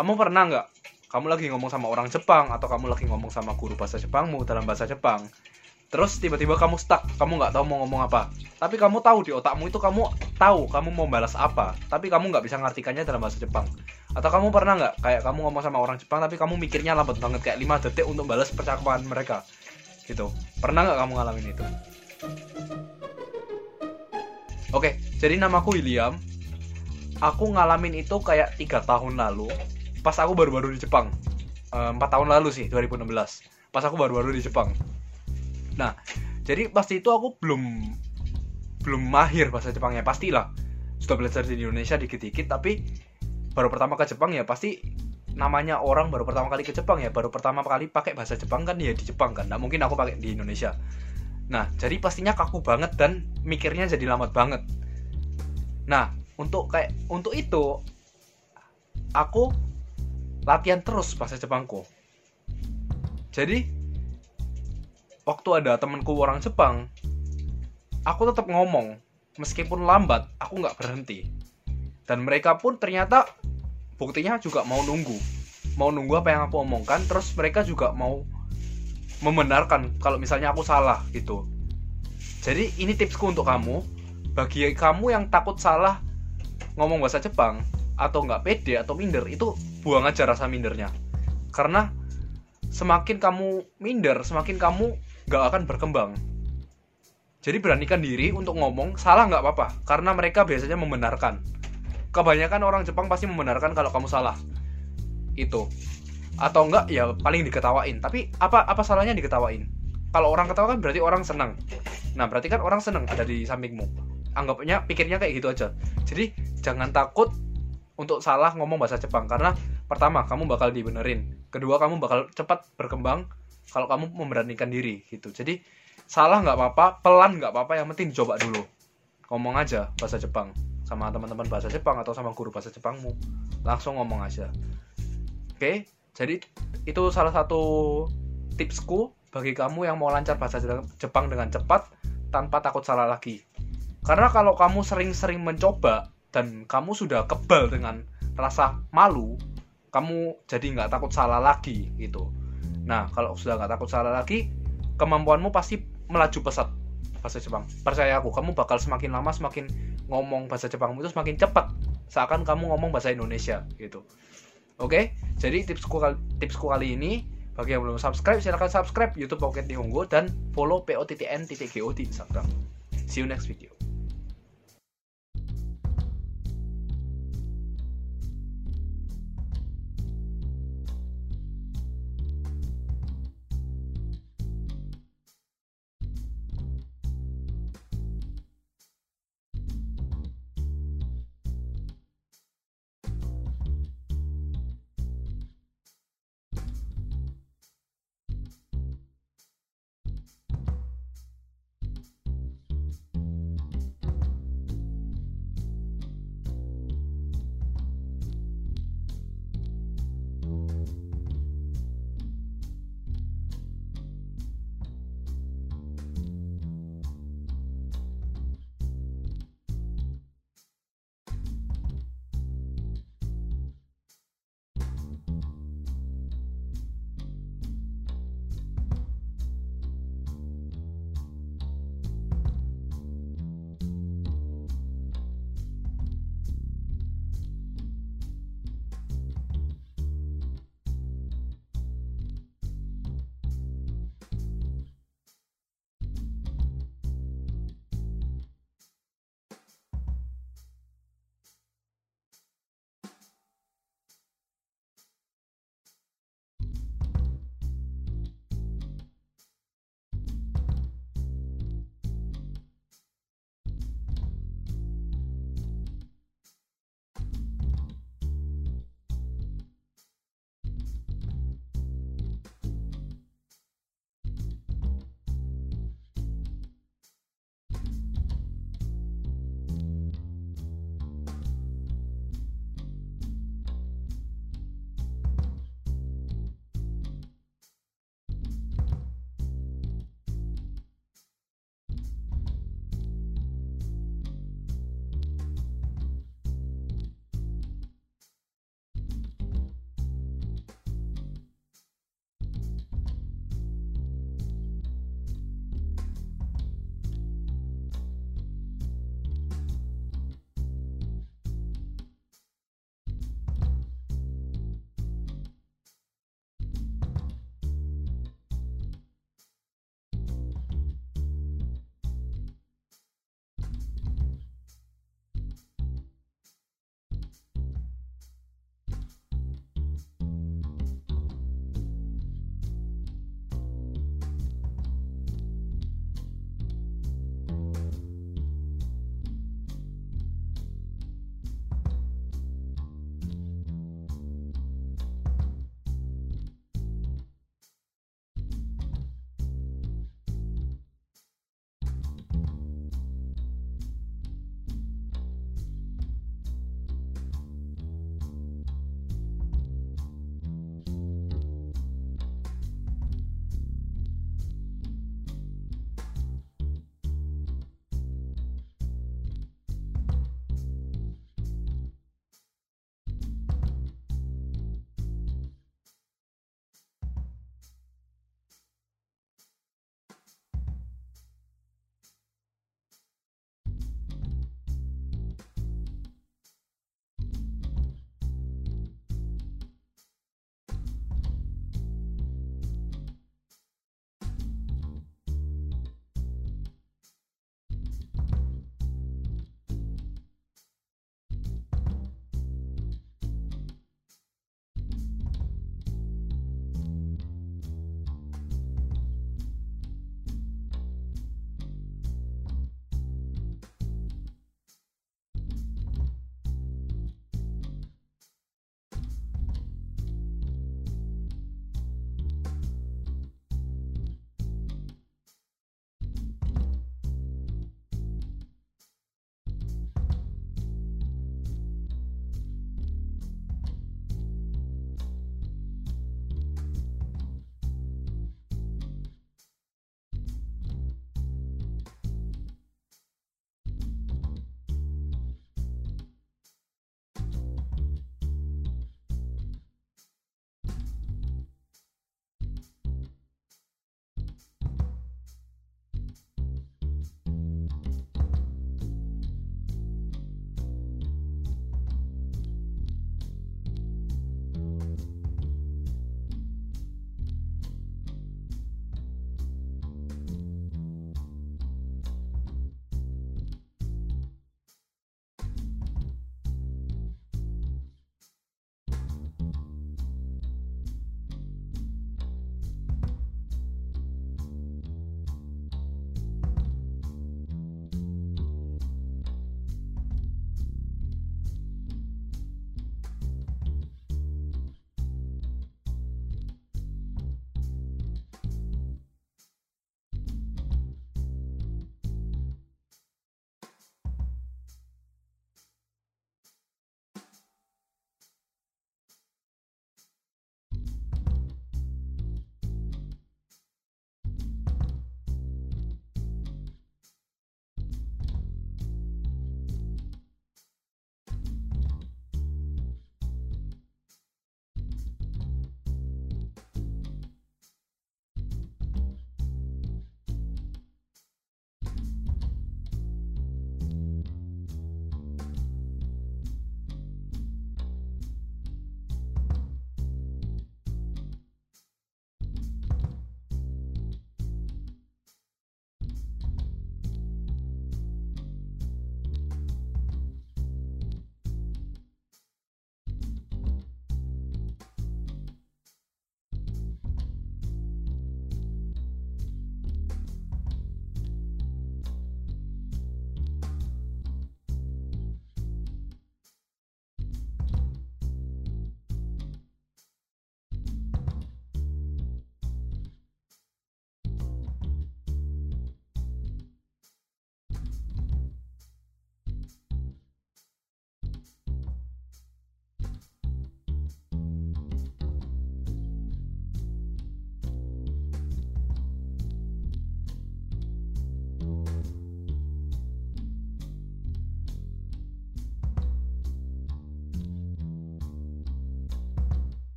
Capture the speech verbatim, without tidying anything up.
Kamu pernah nggak, kamu lagi ngomong sama orang Jepang atau kamu lagi ngomong sama guru bahasa Jepangmu dalam bahasa Jepang, terus tiba-tiba kamu stuck, kamu nggak tahu mau ngomong apa, tapi kamu tahu di otakmu itu kamu tahu kamu mau balas apa, tapi kamu nggak bisa ngartikannya dalam bahasa Jepang. Atau kamu pernah nggak kayak kamu ngomong sama orang Jepang tapi kamu mikirnya lambat banget kayak lima detik untuk balas percakapan mereka gitu. Pernah nggak kamu ngalamin itu? Oke, jadi namaku William. Aku ngalamin itu kayak tiga tahun lalu pas aku baru-baru di Jepang. empat tahun lalu sih, dua ribu enam belas, pas aku baru-baru di Jepang. Nah, jadi pasti itu aku belum belum mahir bahasa Jepangnya, pastilah. Sudah belajar di Indonesia dikit-dikit, tapi baru pertama ke Jepang ya pasti namanya orang baru pertama kali ke Jepang ya, baru pertama kali pakai bahasa Jepang kan ya di Jepang kan. Nggak mungkin aku pakai di Indonesia. Nah, jadi pastinya kaku banget dan mikirnya jadi lambat banget. Nah, untuk kayak untuk itu aku latihan terus bahasa Jepangku. Jadi waktu ada temanku orang Jepang, aku tetap ngomong, meskipun lambat, aku nggak berhenti. Dan mereka pun ternyata buktinya juga mau nunggu, mau nunggu apa yang aku omongkan. Terus mereka juga mau membenarkan kalau misalnya aku salah gitu. Jadi ini tipsku untuk kamu, bagi kamu yang takut salah ngomong bahasa Jepang atau nggak pede atau minder, itu buang aja rasa mindernya. Karena semakin kamu minder, semakin kamu gak akan berkembang. Jadi beranikan diri untuk ngomong, salah gak apa-apa, karena mereka biasanya membenarkan. Kebanyakan orang Jepang pasti membenarkan kalau kamu salah. Itu. Atau enggak ya paling diketawain. Tapi apa apa salahnya diketawain? Kalau orang ketawa kan berarti orang senang. Nah berarti kan orang senang ada di sampingmu. Anggapnya, pikirnya kayak gitu aja. Jadi jangan takut untuk salah ngomong bahasa Jepang. Karena pertama, kamu bakal dibenerin. Kedua, kamu bakal cepat berkembang kalau kamu memberanikan diri gitu. Jadi salah nggak apa-apa, pelan nggak apa-apa, yang penting coba dulu. Ngomong aja bahasa Jepang sama teman-teman bahasa Jepang atau sama guru bahasa Jepangmu. Langsung ngomong aja. Oke, jadi itu salah satu tipsku bagi kamu yang mau lancar bahasa Jepang dengan cepat tanpa takut salah lagi. Karena kalau kamu sering-sering mencoba dan kamu sudah kebal dengan rasa malu, kamu jadi nggak takut salah lagi gitu. Nah, kalau sudah nggak takut salah lagi, kemampuanmu pasti melaju pesat bahasa Jepang. Percaya aku, kamu bakal semakin lama semakin ngomong bahasa Jepangmu itu semakin cepat, seakan kamu ngomong bahasa Indonesia gitu. Oke, jadi tipsku tipsku kali ini, bagi yang belum subscribe, silakan subscribe YouTube Pocket Nihongo dan follow P O T T N G O di Instagram. See you next video.